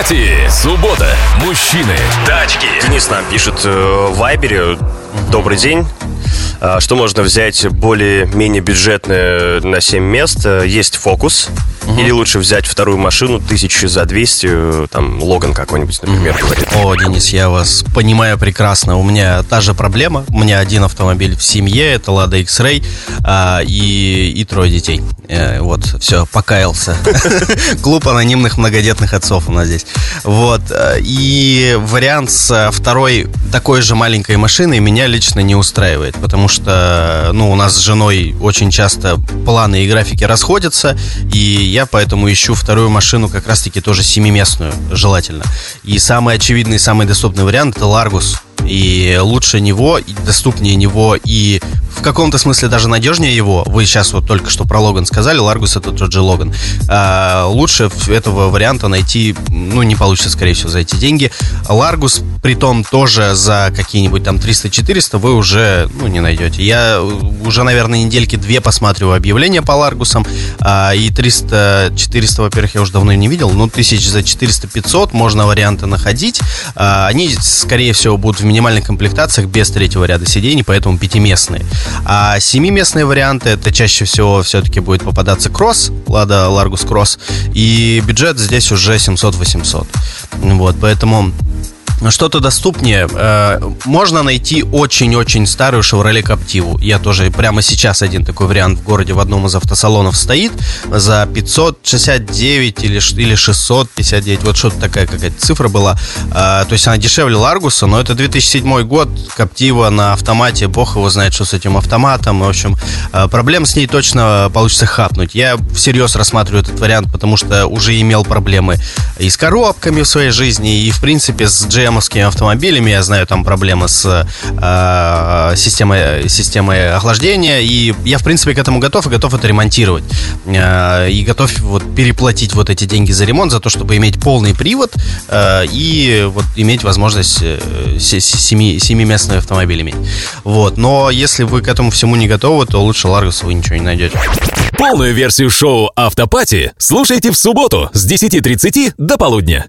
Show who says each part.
Speaker 1: Автопати. Суббота. Мужчины. Тачки.
Speaker 2: Денис нам пишет в Вайбере. Добрый день. Что можно взять более-менее бюджетное на 7 мест? Есть Фокус. Или лучше взять вторую машину 1000 за 200, там, Логан какой-нибудь, например, говорит.
Speaker 3: О, Денис, я вас понимаю прекрасно. У меня та же проблема. У меня один автомобиль в семье, это Lada X-Ray, и 3 детей. Вот, все, покаялся. Клуб анонимных многодетных отцов у нас здесь. Вот, и вариант с второй такой же маленькой машиной меня лично не устраивает, потому что, у нас с женой очень часто планы и графики расходятся, и я поэтому ищу вторую машину как раз-таки тоже 7-местную, желательно. И самый очевидный, самый доступный вариант — это Largus. И лучше него, и доступнее него, и в каком-то смысле даже надежнее его. Вы сейчас вот только что про Логан сказали, Largus — это тот же Логан. Лучше этого варианта найти, не получится, скорее всего, за эти деньги. Largus, притом тоже за какие-нибудь там 300-400 вы уже, не найдете. Я уже, наверное, недельки 2 посматриваю объявления по Largus'ам, и 300-400, во-первых, я уже давно не видел, но 1000 за 400-500 можно варианты находить. Они, скорее всего, будут в минимальных комплектациях без третьего ряда сидений, поэтому 5-местные. А 7-местные варианты — это чаще всего все-таки будет попадаться Cross, Lada Largus Cross, и бюджет здесь уже 700-800. Вот, поэтому что-то доступнее. Можно найти очень-очень старую Chevrolet Captiva. Я тоже прямо сейчас один такой вариант в городе в одном из автосалонов стоит за 569 или 659. Вот что-то такая какая-то цифра была. То есть она дешевле Largus, но это 2007 год. Captiva на автомате. Бог его знает, что с этим автоматом. В общем, проблем с ней точно получится хапнуть. Я всерьез рассматриваю этот вариант, потому что уже имел проблемы и с коробками в своей жизни, и в принципе с GM автомобилями. Я знаю, там проблемы с системой охлаждения. И я, в принципе, к этому готов и готов это ремонтировать. И готов переплатить вот эти деньги за ремонт, за то, чтобы иметь полный привод и иметь возможность 7-местный автомобиль иметь. Вот. Но если вы к этому всему не готовы, то лучше Largus вы ничего не найдете.
Speaker 1: Полную версию шоу «Автопати» слушайте в субботу с 10:30 до полудня.